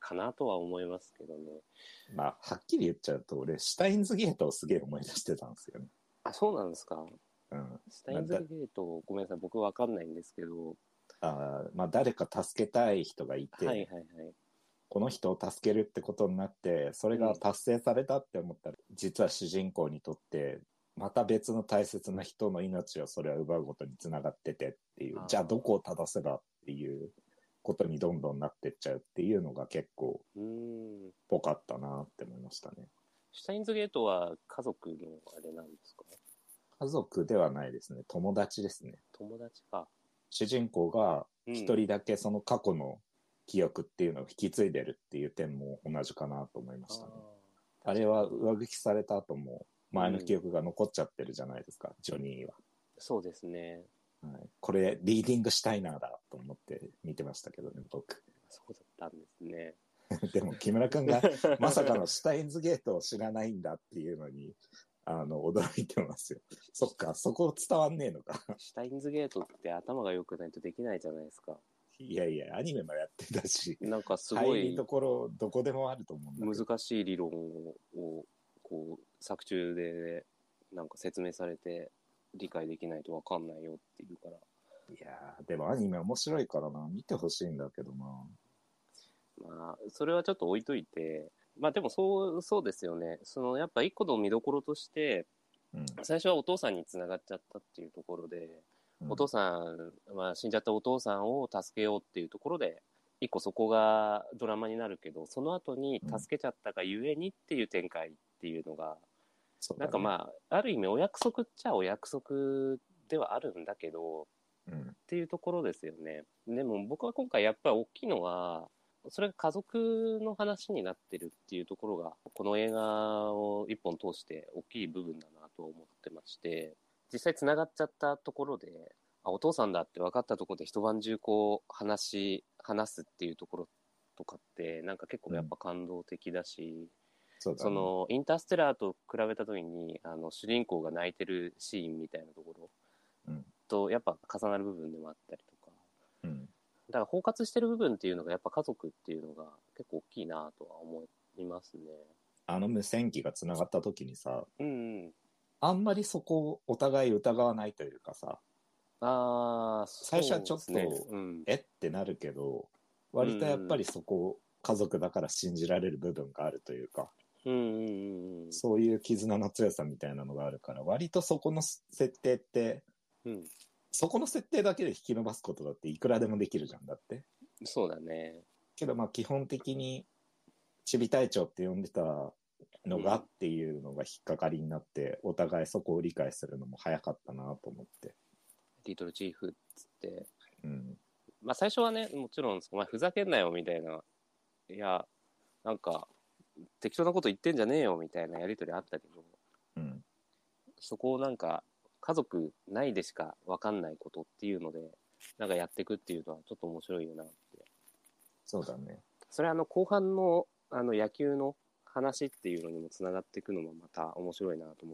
かなとは思いますけどね。 まあ、はっきり言っちゃうと、俺、シュタインズゲートをすげえ思い出してたんですよね。 あ、そうなんですか。 うん。 シュタインズゲート、ごめんなさい、僕わかんないんですけど。 まあ、誰か助けたい人がいて、 はいはいはい。 この人を助けるってことになって、それが達成されたって思ったら、実は主人公にとって、また別の大切な人の命をそれは奪うことにつながっててっていう、じゃあどこを正せばっていうことにどんどんなってっちゃうっていうのが結構ぽかったなって思いましたね。 シュタインズゲートは家族のあれなんですか？ 家族ではないですね。友達ですね。 友達か。 主人公が一人だけその過去の記憶っていうのを引き継いでるっていう点も同じかなと思いましたね。あれは上書きされた後も前の記憶が残っちゃってるじゃないですか、ジョニーは。 そうですね。 はい、これリーディングしたいなだと思って見てましたけどね、僕。 そうだったんですね。 でも木村君がまさかのシュタインズゲートを知らないんだっていうのに驚いてますよ。そっか、そこ伝わんねえのか。 シュタインズゲートって頭が良くないとできないじゃないですか。 いやいや、アニメもやってたし、 なんかすごい入りどころどこでもあると思うんだけど。 難しい理論をこう作中でなんか説明されて理解できないと分かんないよっていうから。 いやー、でもアニメ面白いからな、見てほしいんだけどな。 まあそれはちょっと置いといて、まあでもそうですよね。そのやっぱ一個の見どころとして、最初はお父さんに繋がっちゃったっていうところで、お父さん、まあ、死んじゃったお父さんを助けようっていうところで一個そこがドラマになるけど、その後に助けちゃったがゆえにっていう展開っていうのが、なんかまあある意味お約束っちゃお約束ではあるんだけど、っていうところですよね。でも僕は今回やっぱり大きいのは、それが家族の話になってるっていうところがこの映画を一本通して大きい部分だなと思ってまして、実際つながっちゃったところで、お父さんだって分かったところで一晩中こう話すっていうところとかってなんか結構やっぱ感動的だし、そのインターステラーと比べた時に主人公が泣いてるシーンみたいなところとやっぱ重なる部分でもあったりとか、だから包括してる部分っていうのがやっぱ家族っていうのが結構大きいなとは思いますね。 無線機がつながった時にさ、あんまりそこをお互い疑わないというかさ、最初はちょっと、えってなるけど、割とやっぱりそこ家族だから信じられる部分があるというか、そういう絆の強さみたいなのがあるから、割とそこの設定って、そこの設定だけで引き伸ばすことだっていくらでもできるじゃん、だって。 そうだね。 けどまあ基本的にチビ隊長って呼んでたのがっていうのが引っかかりになって、お互いそこを理解するのも早かったなと思って。 リトルチーフっつって、まあ最初はね、もちろんお前ふざけんなよみたいな、いやなんか適当なこと言ってんじゃねえよみたいなやりとりあったけど、そこをなんか家族内でしか分かんないことっていうのでなんかやっていくっていうのはちょっと面白いよなって。 そうだね。 それ後半の野球の話っていうのにもつながっていくのもまた面白いなと思って、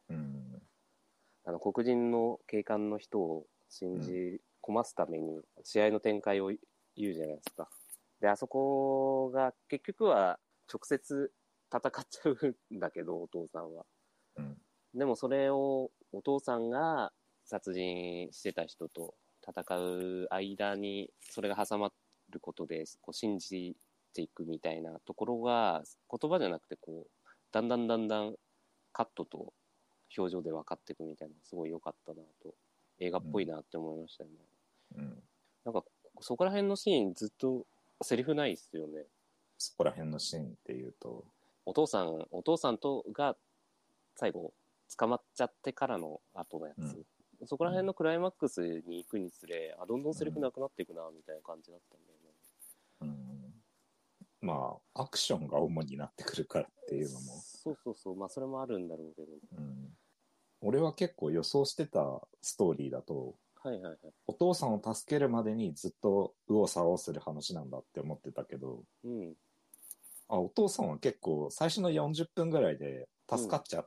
黒人の警官の人を信じ込ますために試合の展開を言うじゃないですか。であそこが結局は直接戦っちゃうんだけど、お父さんは、でもそれをお父さんが殺人してた人と戦う間にそれが挟まることでこう信じていくみたいなところが言葉じゃなくてこうだんだんカットと表情で分かっていくみたいなのがすごい良かったなと、映画っぽいなって思いましたよね。なんかそこら辺のシーンずっとセリフないっすよね。 そこら辺のシーンっていうとお父さんとが最後捕まっちゃってからの後のやつ、そこら辺のクライマックスに行くにつれ、どんどんセリフなくなっていくなみたいな感じだったんだよね。 まあアクションが主になってくるからっていうのもそうまあそれもあるんだろうけど、 俺は結構予想してたストーリーだと、お父さんを助けるまでにずっと右往左往する話なんだって思ってたけど、お父さんは結構最初の40分ぐらいで助かっちゃって、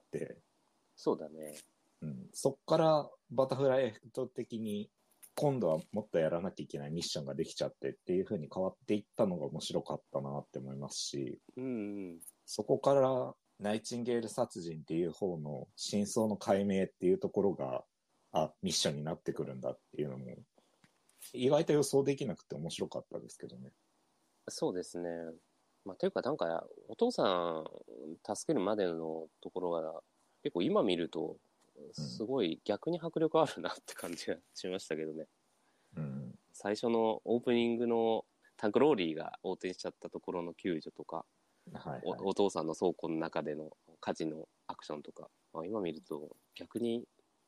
そうだね。 そっからバタフライエフェクト的に今度はもっとやらなきゃいけないミッションができちゃってっていう風に変わっていったのが面白かったなって思いますし、そこからナイチンゲール殺人っていう方の真相の解明っていうところが、ミッションになってくるんだっていうのも、意外と予想できなくて面白かったですけどね。 そうですね。というかなんか、お父さん助けるまでのところが、結構今見ると、すごい逆に迫力あるなって感じがしましたけどね。最初のオープニングのタンクローリーが横転しちゃったところの救助とか、お父さんの倉庫の中での火事のアクションとか、今見ると逆に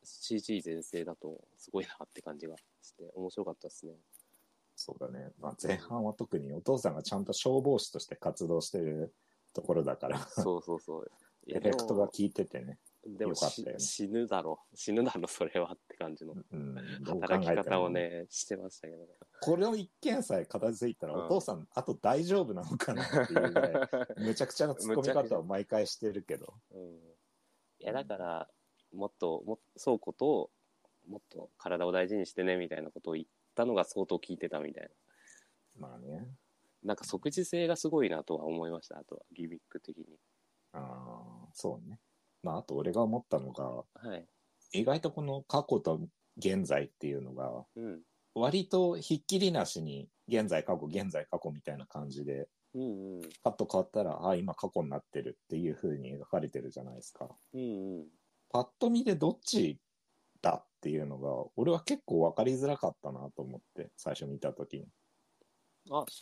CG 全盛だとすごいなって感じがして面白かったですね。 そうだね。前半は特にお父さんがちゃんと消防士として活動してるところだから。 そう。 エフェクトが効いててね。 でも死ぬだろそれはって感じの働き方をね、してましたけどね。 これを一件さえ片付いたら、お父さんあと大丈夫なのかなっていうぐらい、むちゃくちゃな突っ込み方を毎回してるけど。 いやだからもっと倉庫ともっと体を大事にしてねみたいなことを言ったのが相当効いてたみたいな。なんか即時性がすごいなとは思いました。あとはギミック的に。 そうね。あと俺が思ったのが、意外とこの過去と現在っていうのが、割とひっきりなしに現在過去みたいな感じで、パッと変わったら今過去になってるっていう風に描かれてるじゃないですか。パッと見でどっちだっていうのが俺は結構分かりづらかったなと思って最初見た時に。 そう？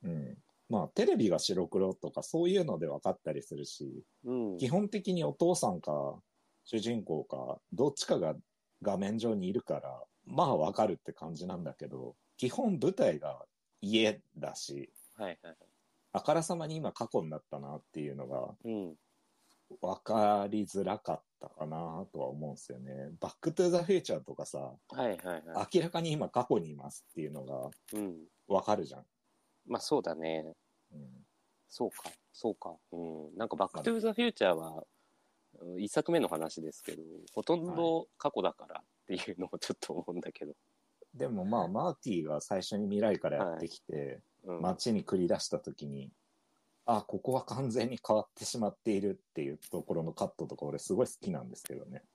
テレビが白黒とかそういうので分かったりするし、基本的にお父さんか主人公かどっちかが画面上にいるから分かるって感じなんだけど、基本舞台が家だし、あからさまに今過去になったなっていうのが分かりづらかったかなとは思うんですよね。バックトゥザフューチャーとかさ、明らかに今過去にいますっていうのが分かるじゃん。 そうだね。そうか。なんかバックトゥーザフューチャーは一作目の話ですけど、ほとんど過去だからっていうのをちょっと思うんだけど。 でもマーティが最初に未来からやってきて、街に繰り出した時に、ここは完全に変わってしまっているっていうところのカットとか俺すごい好きなんですけどね。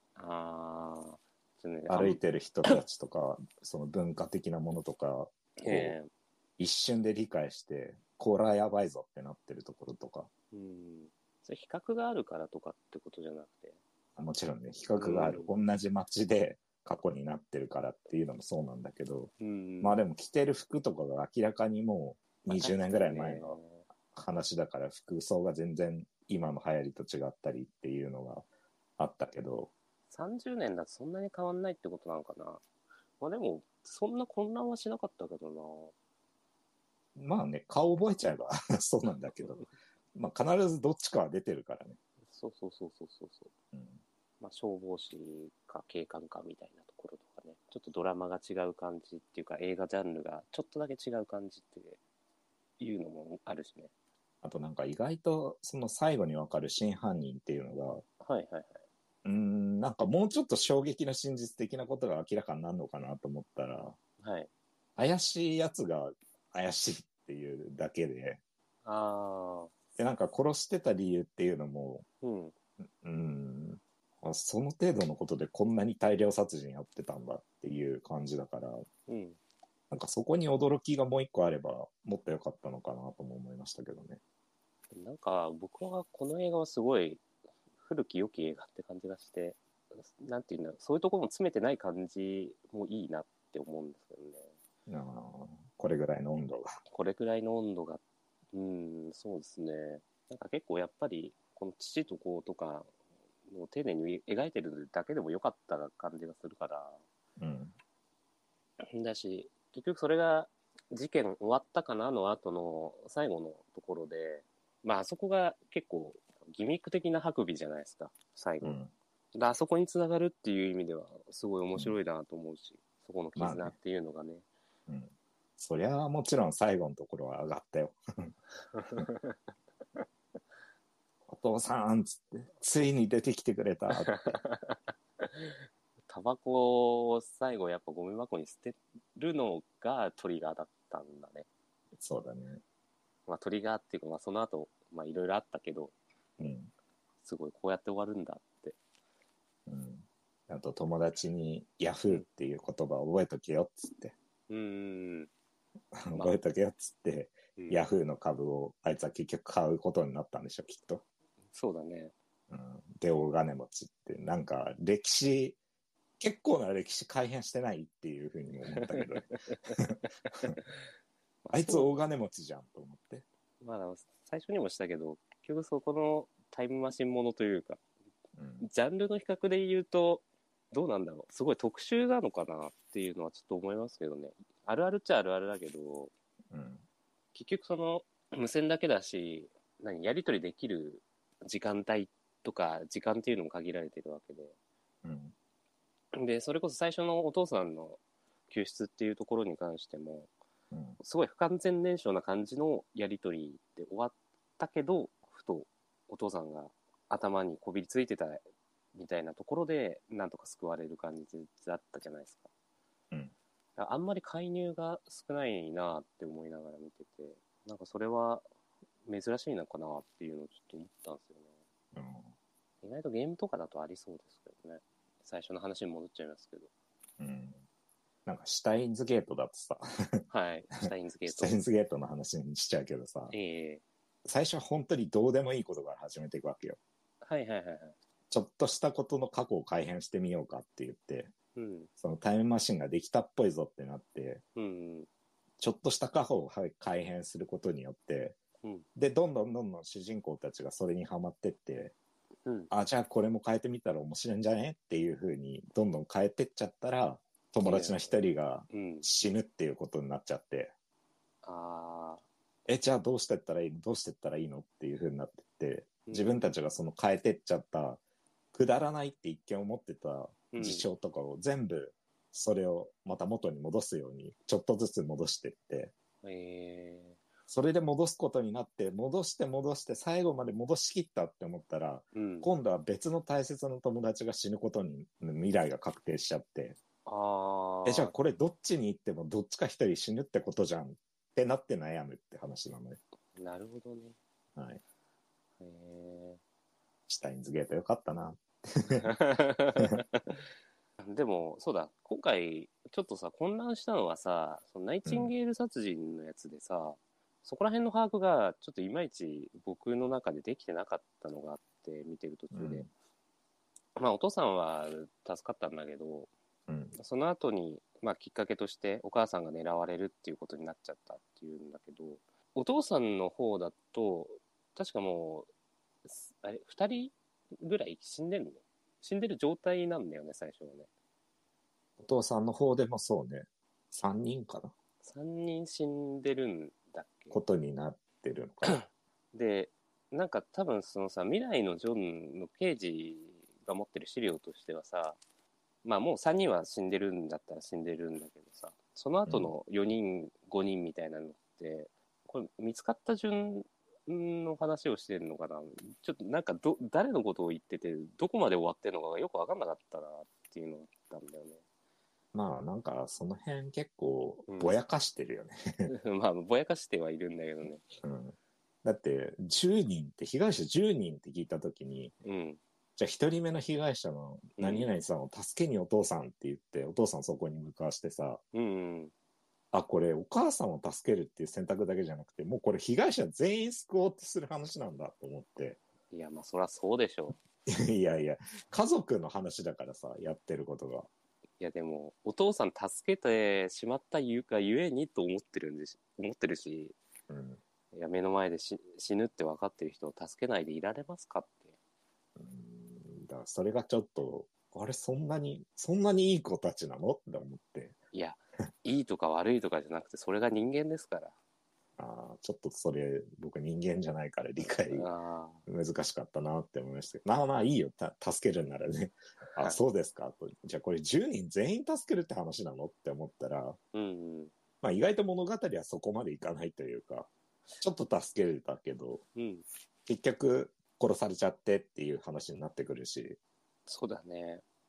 歩いてる人たちとか、その文化的なものとか、一瞬で理解して、これはやばいぞってなってるところとか。 それ比較があるからとかってことじゃなくて。 もちろんね、比較がある。同じ街で過去になってるからっていうのもそうなんだけど、でも着てる服とかが明らかにもう20年ぐらい前の話だから服装が全然今の流行りと違ったりっていうのがあったけど。 30年だとそんなに変わんないってことなのかな。でも、そんな混乱はしなかったけどな。 顔覚えちゃえばそうなんだけど、必ずどっちかは出てるからね。 そう。消防士か警官かみたいなところとかね、ちょっとドラマが違う感じっていうか、映画ジャンルがちょっとだけ違う感じっていうのもあるしね。 あとなんか意外とその最後に分かる真犯人っていうのが、なんかもうちょっと衝撃の真実的なことが明らかになるのかなと思ったら、怪しいやつが怪しいっていうだけで、なんか殺してた理由っていうのも、その程度のことでこんなに大量殺人やってたんだっていう感じだから、なんかそこに驚きがもう一個あればもっと良かったのかなとも思いましたけどね。 なんか僕はこの映画はすごい古き良き映画って感じがして、なんていうんだろう、そういうところも詰めてない感じもいいなって思うんですけどね。 これぐらいの温度が。 そうですね。なんか結構やっぱりこの父と子とかを丁寧に描いてるだけでも良かった感じがするから。だし、結局それが事件終わったかなの後の最後のところで、あそこが結構ギミック的なハクビじゃないですか、最後。あそこにつながるっていう意味ではすごい面白いなと思うし、そこの絆っていうのがね。 そりゃもちろん最後のところは上がったよ。お父さんっつって、ついに出てきてくれたって。 たバコを最後やっぱゴミ箱に捨てるのがトリガーだったんだね。 そうだね。 まあトリガーっていうか、まあその後、まあいろいろあったけど、 うん。 すごいこうやって終わるんだって。 うん。あと友達にヤフーっていう言葉を覚えとけよっつって。覚えとけよっつって、ヤフーの株をあいつは結局買うことになったんでしょ、きっと。 そうだね。 うん。で、大金持ちって、なんか結構な歴史改変してないっていうふうにも思ったけど、ね、あいつ大金持ちじゃんと思って。 まあ最初にもしたけど、結局そこのタイムマシンものというか、ジャンルの比較で言うと、どうなんだろう。すごい特殊なのかなっていうのはちょっと思いますけどね。あるあるっちゃあるあるだけど、結局その無線だけだし、やり取りできる時間帯とか時間っていうのも限られてるわけで。で、それこそ最初のお父さんの救出っていうところに関しても、すごい不完全燃焼な感じのやり取りで終わったけど、ふとお父さんが頭にこびりついてたみたいなところでなんとか救われる感じだったじゃないですか。あんまり介入が少ないなって思いながら見てて、なんかそれは珍しいのかなっていうのをちょっと思ったんですよね。意外とゲームとかだとありそうですけどね。最初の話に戻っちゃいますけど。 なんかシュタインズゲートだとさはい、シュタインズゲート。 シュタインズゲートの話にしちゃうけどさ、最初は本当にどうでもいいことから始めていくわけよ。ちょっとしたことの過去を改変してみようかって言って、そのタイムマシンができたっぽいぞってなって、ちょっとした過去を改変することによって、でどんどん主人公たちがそれにハマってって、じゃあこれも変えてみたら面白いんじゃねっていう風にどんどん変えてっちゃったら、友達の一人が死ぬっていうことになっちゃって、じゃあどうしてったらいいのっていう風になってって、自分たちがその変えてっちゃったくだらないって一見思ってた事象とかを全部それをまた元に戻すようにちょっとずつ戻してって、それで戻すことになって、戻して最後まで戻しきったって思ったら、今度は別の大切な友達が死ぬことに未来が確定しちゃって、じゃあこれどっちに行ってもどっちか一人死ぬってことじゃんってなって悩むって話なのよ。 なるほどね。 はい。シュタインズゲートよかったな。 でもそうだ、今回ちょっとさ混乱したのはさ、そのナイチンゲール殺人のやつでさ、そこら辺の把握がちょっといまいち僕の中でできてなかったのがあって、見てる途中で、まあお父さんは助かったんだけど、その後にまあきっかけとしてお母さんが狙われるっていうことになっちゃったっていうんだけど、お父さんの方だと確かもうあれ2人ぐらい死んでる状態なんだよね、最初はね。 お父さんの方でもそうね、3人かな。 3人死んでるんだっけことになってるのかな。 で、なんか多分そのさ、未来のジョンの刑事が持ってる資料としてはさ、まあもう3人は死んでるんだったら死んでるんだけどさ、その後の4人、5人みたいなのって、これ見つかった順の話をしてるのかな。ちょっとなんか誰のことを言ってて、どこまで終わってるのかがよくわかんなかったなっていうのがあったんだよね。 まあなんかその辺結構ぼやかしてるよね。 まあぼやかしてはいるんだけどね。 だって10人って被害者10人って聞いたときに、じゃあ1人目の被害者の何々さんを助けにお父さんって言って、お父さんそこに向かわしてさ、これお母さんを助けるっていう選択だけじゃなくて、もうこれ被害者全員救おうとする話なんだと思って。 いやまあそりゃそうでしょう。いやいや、家族の話だからさ、やってることが。 いやでもお父さん助けてしまったゆえにと思ってるし、いや目の前で死ぬって分かってる人を助けないでいられますかって。 だからそれがちょっと、あれそんなにいい子たちなのって思って。 いや、いいとか悪いとかじゃなくて、それが人間ですから。 ちょっとそれ僕人間じゃないから理解難しかったなって思いましたけど、まあいいよ、助けるんならね。そうですかと。じゃあこれ10人全員助けるって話なのって思ったら、まあ意外と物語はそこまでいかないというか、ちょっと助けれたけど、結局殺されちゃってっていう話になってくるし。 そうだね。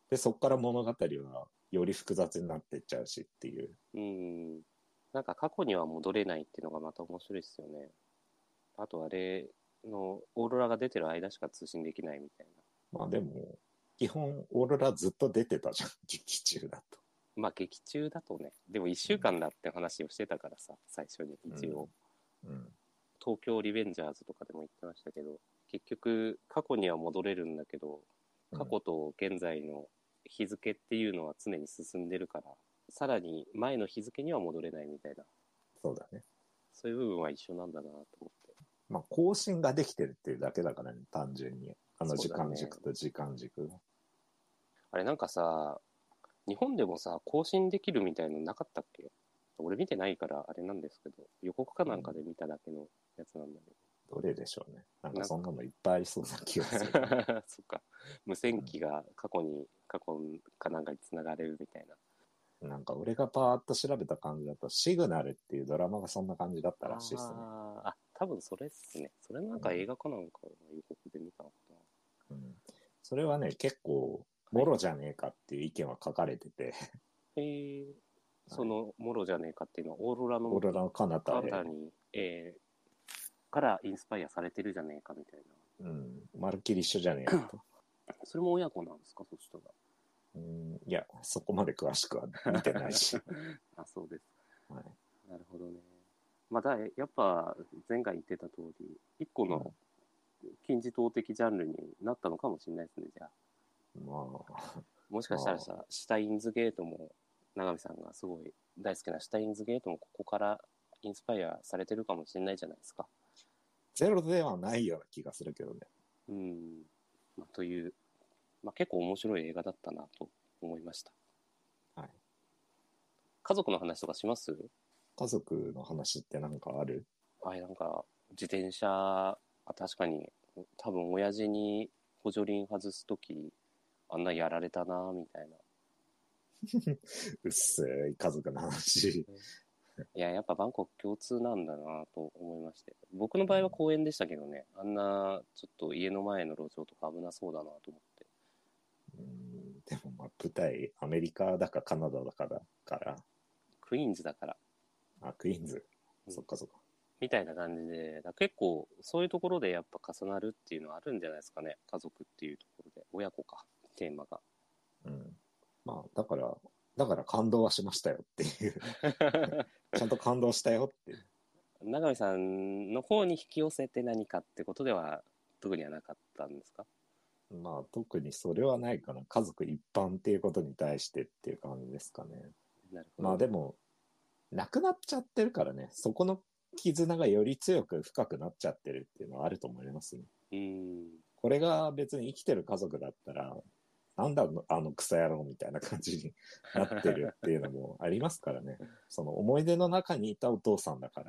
で、そこから物語はより複雑になっていっちゃうしっていう。 なんか過去には戻れないっていうのがまた面白いですよね。あとあれのオーロラが出てる間しか通信できないみたいな。まあでも、基本オーロラずっと出てたじゃん、劇中だと。 まあ劇中だとね、でも1週間だって話をしてたからさ、最初に一応。東京リベンジャーズとかでも言ってましたけど、結局過去には戻れるんだけど、過去と現在の日付っていうのは常に進んでるから、さらに前の日付には戻れないみたいな。 そうだね。 そういう部分は一緒なんだなと思って。 まあ更新ができてるっていうだけだからね、単純に。時間軸と時間軸が。 あれなんかさ、日本でもさ、更新できるみたいのなかったっけ？俺見てないからあれなんですけど、予告かなんかで見ただけのやつなんだけど。どれでしょうね。なんかそんなのいっぱいありそうな気がする。 そっか。無線機が過去かなんかに繋がれるみたいな。 なんか俺がパーッと調べた感じだと、シグナルっていうドラマがそんな感じだったらしいですね。 多分それっすね。それなんか映画かなんかの予告で見たのかな。 それはね、結構、もろじゃねえかっていう意見は書かれてて。 そのもろじゃねえかっていうのは、オーロラの彼方に、からインスパイアされてるじゃねえかみたいな。まるっきり一緒じゃねえかと。 それも親子なんですか、そしたら。 いや、そこまで詳しくは見てないし。 そうです。 はい。 なるほどね。まあ、やっぱ前回言ってた通り、一個の金字塔的ジャンルになったのかもしれないですね、じゃあ。もしかしたらさ、シュタインズゲートも、永見さんがすごい大好きなシュタインズゲートもここからインスパイアされてるかもしれないじゃないですか。 ゼロではないような気がするけどね。 という、結構面白い映画だったなと思いました。 はい。 家族の話とかします？ 家族の話ってなんかある？ なんか、自転車、確かに、多分親父に補助輪外すとき、あんなやられたな、みたいな。 うっせーい家族の話。 いや、やっぱバンコク共通なんだなと思いまして。僕の場合は公園でしたけどね、あんな、ちょっと家の前の路上とか危なそうだなと思って。 でも舞台、アメリカだかカナダだかだから。 クイーンズだから。 クイーンズ。そっかそっか。 みたいな感じで、結構そういうところでやっぱ重なるっていうのはあるんじゃないですかね。家族っていうところで。親子か、テーマが。 だから感動はしましたよっていう。ちゃんと感動したよっていう。 永見さんの方に引き寄せて何かってことでは特にはなかったんですか？ 特にそれはないかな。家族一般っていうことに対してっていう感じですかね。 なるほど。 でも、亡くなっちゃってるからね、そこの絆がより強く深くなっちゃってるっていうのはあると思いますね。これが別に生きてる家族だったら、なんだあのクソ野郎みたいな感じになってるっていうのもありますからね。その思い出の中にいたお父さんだから、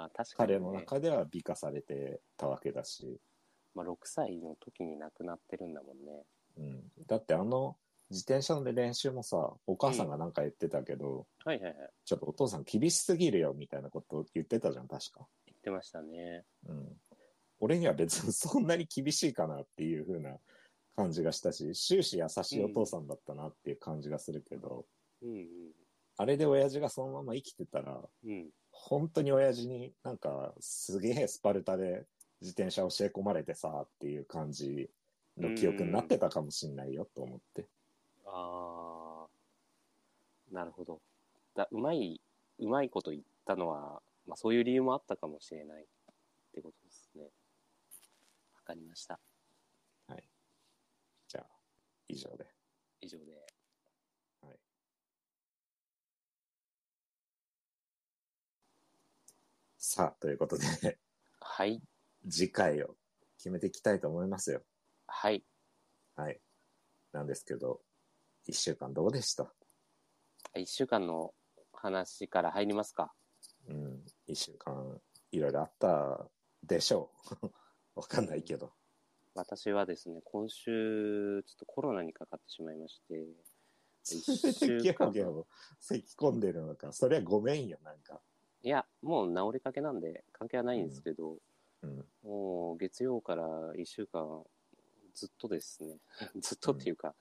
確かにね、 彼の中では美化されてたわけだし。 6歳の時に亡くなってるんだもんね。 だって自転車の練習もさ、お母さんがなんか言ってたけど、ちょっとお父さん厳しすぎるよみたいなことを言ってたじゃん、確か。 言ってましたね。 俺には別にそんなに厳しいかなっていう風な感じがしたし、終始優しいお父さんだったなっていう感じがするけど、あれで親父がそのまま生きてたら、本当に親父になんかすげえスパルタで自転車教え込まれてさっていう感じの記憶になってたかもしんないよと思って。 なるほど。うまいこと言ったのは、そういう理由もあったかもしれないってことですね。わかりました。 はい。じゃあ、以上で。はい。さあ、ということではい。 次回を決めていきたいと思いますよ。 はい。 はい。なんですけど、1週間どうでした？ 1週間の話から入りますか。 1週間いろいろあったでしょう。わかんないけど。 私はですね、今週、ちょっとコロナにかかってしまいまして、1週間。 ギャオ咳込んでるのか。そりゃごめんよ、なんか。 いや、もう治りかけなんで関係はないんですけど、もう月曜から1週間ずっとですね、ずっとっていうか、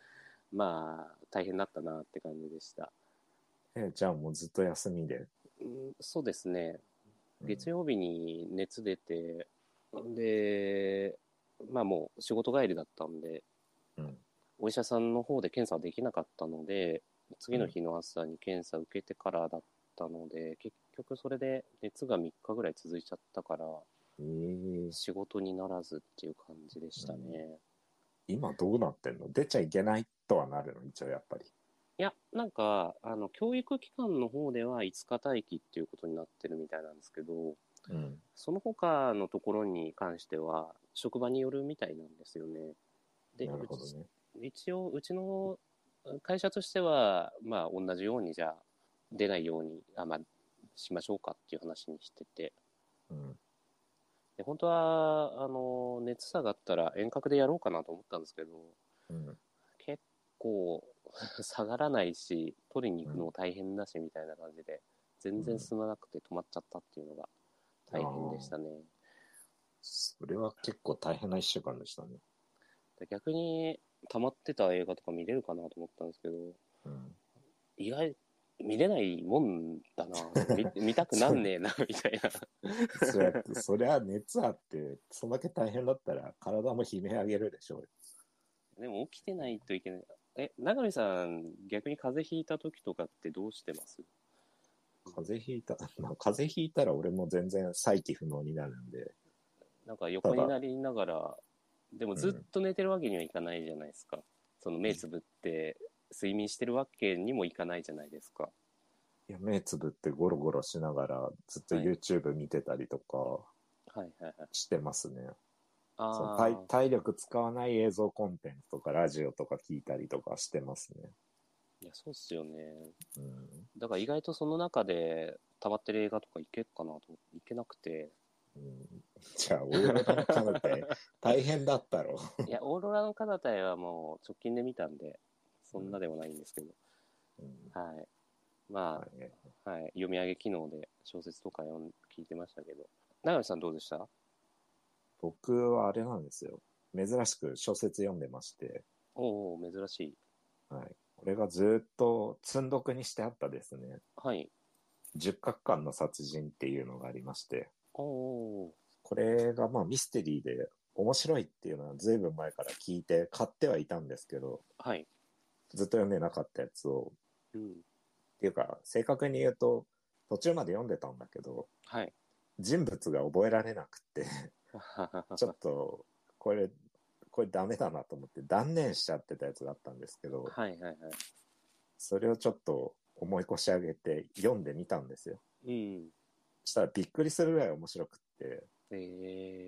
まあ、大変だったなって感じでした。 じゃあもうずっと休みで。 そうですね。月曜日に熱出て、で、まあもう仕事帰りだったんで、お医者さんの方で検査はできなかったので、次の日の朝に検査受けてからだったので、結局それで熱が3日ぐらい続いちゃったから、仕事にならずっていう感じでしたね。 今どうなってんの？出ちゃいけないとはなるの？一応やっぱり。 いや、なんか、教育機関の方では5日待機っていうことになってるみたいなんですけど、その他のところに関しては、職場によるみたいなんですよね。で、 なるほどね。 一応、うちの会社としては、まあ、同じように、じゃあ、出ないように、まあ、しましょうかっていう話にしてて。で本当は、熱下がったら遠隔でやろうかなと思ったんですけど、結構、下がらないし、取りに行くのも大変だし、みたいな感じで、全然進まなくて止まっちゃったっていうのが大変でしたね。 それは結構大変な1週間でしたね。 逆に、溜まってた映画とか見れるかなと思ったんですけど、意外、見れないもんだな。見たくなんねえな、みたいな。 そりゃ熱あって、そんだけ大変だったら体も悲鳴上げるでしょうよ。 でも起きてないといけない。永見さん、逆に風邪ひいた時とかってどうしてます？ 風邪ひいたら俺も全然再起不能になるんで。 なんか横になりながら、でもずっと寝てるわけにはいかないじゃないですか。その目つぶって睡眠してるわけにもいかないじゃないですか。 いや、目つぶってゴロゴロしながらずっと YouTube 見てたりとかしてますね。その体力使わない映像コンテンツとかラジオとか聞いたりとかしてますね。 いや、そうっすよね。だから意外とその中で溜まってる映画とかいけっかなと思っていけなくて。 じゃあ、オーロラの彼方大変だったろ。 いや、オーロラの彼方はもう直近で見たんで、そんなでもないんですけど。はい。まあ、はい。読み上げ機能で小説とか聞いてましたけど。永見さんどうでした？ 僕はあれなんですよ。珍しく小説読んでまして。 おお、珍しい。 はい。これがずっと積んどくにしてあったですね。 はい。 十角館の殺人っていうのがありまして。 これがまあミステリーで面白いっていうのはずいぶん前から聞いて買ってはいたんですけど、 はい。 ずっと読んでなかったやつを、っていうか正確に言うと途中まで読んでたんだけど、 はい。 人物が覚えられなくてちょっとこれダメだなと思って断念しちゃってたやつがあったんですけど、それをちょっと思い越し上げて読んでみたんですよ。そしたらびっくりするぐらい面白くって、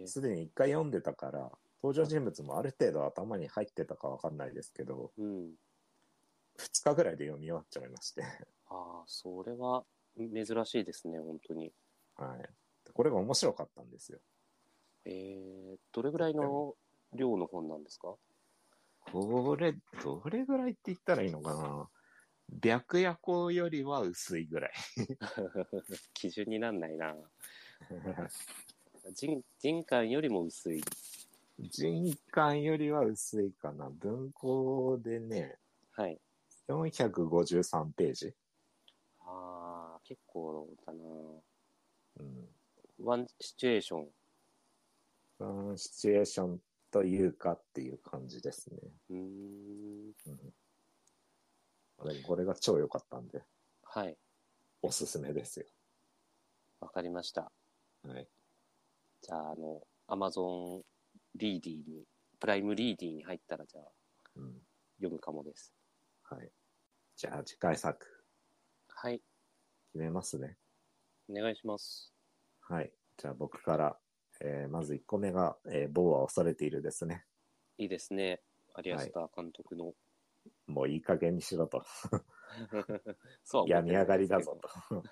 すでに一回読んでたから登場人物もある程度頭に入ってたかわかんないですけど、2日ぐらいで読み終わっちゃいましてそれは珍しいですね、本当に。 はい。これが面白かったんですよ。 どれぐらいの量の本なんですか？ どれぐらいって言ったらいいのかな。白夜行よりは薄いぐらい基準になんないな人巻よりも薄い。 人巻よりは薄いかな。文庫でね、 はい。 453ページ。 結構だな。ワンシチュエーション。 ワンシチュエーションというかっていう感じですね。これが超良かったんで。 はい。 おすすめですよ。 わかりました。 はい。 じゃあ、Amazon リーディーに、プライムリーディーに入ったら、じゃあ、読むかもです。 はい。じゃあ、次回作。 はい。 決めますね。 お願いします。 はい。じゃあ、僕から、まず1個目が、某は恐れているですね。 いいですね。有安田監督の。 もういい加減にしろと。 そう病み上がりだぞと。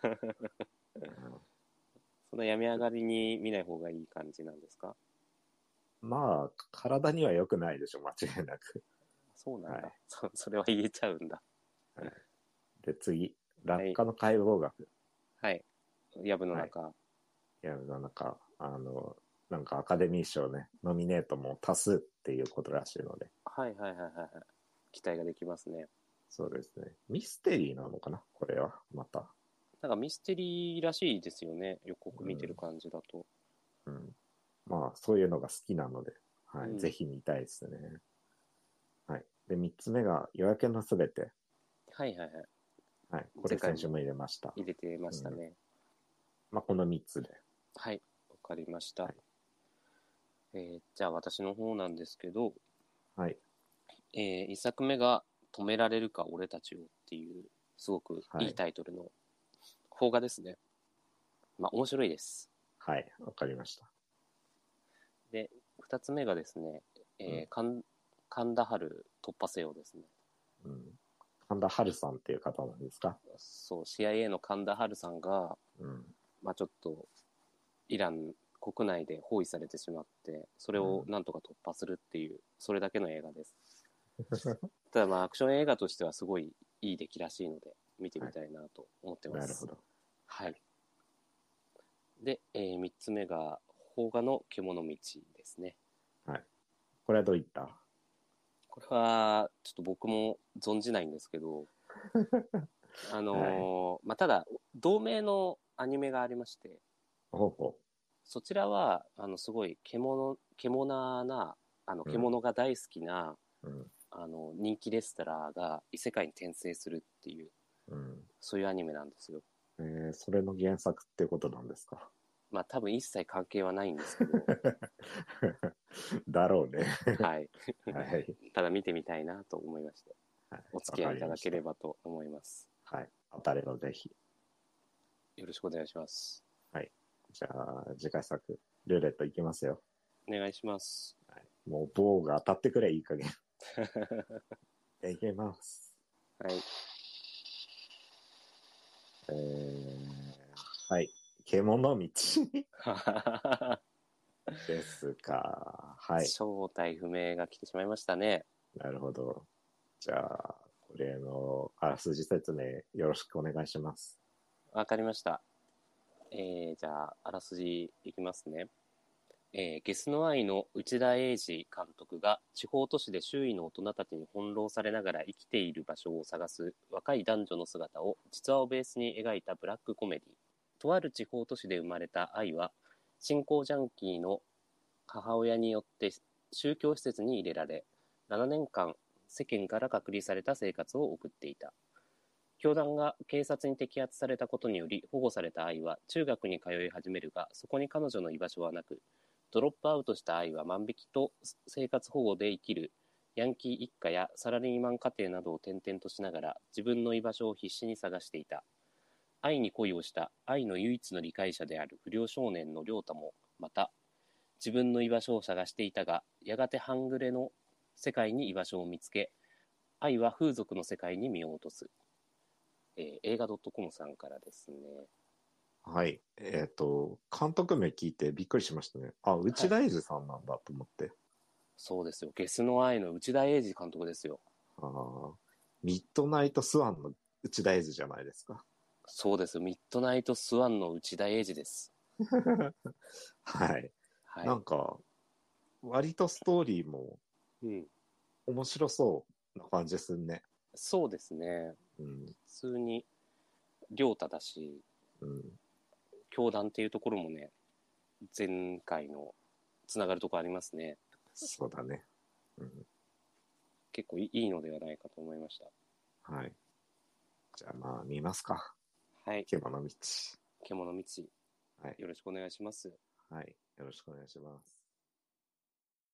その病み上がりに見ない方がいい感じなんですか？ まあ、体には良くないでしょ、間違いなく。 そうなんだ。はい、それは言えちゃうんだ。 はい、で、次、落下の解剖学。 はい。藪の中。 藪の中。なんかアカデミー賞ね、ノミネートも多数っていうことらしいので。 はい。 期待ができますね。 そうですね。ミステリーなのかなこれは、また。 なんかミステリーらしいですよね。予告見てる感じだと。 うん。まあ、そういうのが好きなので、はい。 うんぜひ見たいですね。はい。で、3つ目が、夜明けのすべて。 はいはいはい。 はい。これ先週も入れました。 入れてましたね。 まあ、この3つで。 はい。わかりました。 はいじゃあ私の方なんですけど、 はい。 1作目が止められるか俺たちをっていう、すごくいいタイトルの邦画ですね。まあ面白いです。 はい。わかりました。 で、2つ目がですね、神田春突破せよですね。 うん。神田春さんっていう方なんですか？ そう、CIA の神田春さんが、まあちょっと、イラン国内で包囲されてしまって、それをなんとか突破するっていう、それだけの映画です。ただまあアクション映画としてはすごいいい出来らしいので、見てみたいなと思ってます。 なるほど。 はい。で、3つ目が、邦画の獣道ですね。 はい。これはどういった？ これは、ちょっと僕も存じないんですけど、まあ、ただ、同名のアニメがありまして、そちらは、すごい獣な、獣が大好きな、人気レスラーが異世界に転生するっていう、そういうアニメなんですよ。 それの原作ってことなんですか？ まあ多分一切関係はないんですけど。 だろうね。 はい。 はい。 ただ見てみたいなと思いまして、 はい、 お付き合いいただければと思います。 はい。当たればぜひ。 よろしくお願いします。 はい。じゃあ、次回作、ルーレットいきますよ。 お願いします。 はい、もう棒が当たってくれ、いい加減。いきます。 はい。 はい。獣道。ですか。はい。 正体不明が来てしまいましたね。 なるほど。じゃあ、これのあらすじ説明よろしくお願いします。 わかりました。じゃあ、あらすじいきますね。ゲスの愛の内田英二監督が地方都市で周囲の大人たちに翻弄されながら生きている場所を探す若い男女の姿を実話をベースに描いたブラックコメディ。とある地方都市で生まれた愛は新興ジャンキーの母親によって宗教施設に入れられ7年間世間から隔離された生活を送っていた。教団が警察に摘発されたことにより保護された愛は中学に通い始めるが、そこに彼女の居場所はなく、ドロップアウトした愛は万引きと生活保護で生きるヤンキー一家やサラリーマン家庭などを転々としながら自分の居場所を必死に探していた。愛に恋をした愛の唯一の理解者である不良少年の亮太もまた自分の居場所を探していたが、やがて半グレの世界に居場所を見つけ、愛は風俗の世界に身を落とす。映画 .com さんからですね。 はい。監督名聞いてびっくりしましたね。あ、内田英二さんなんだと思って。 そうですよ。ゲスの愛の内田英二監督ですよ。 ミッドナイトスワンの内田英二じゃないですか。 そうです。ミッドナイトスワンの内田英二です。 はい。なんか、割とストーリーも、面白そうな感じですね。 そうですね。普通に、亮太だし、教団っていうところもね、前回のつながるところありますね。 そうだね。 結構いいのではないかと思いました。 はい。じゃあまあ見ますか。 はい。 獣道。 獣道。はい。よろしくお願いします。 はい。よろしくお願いします。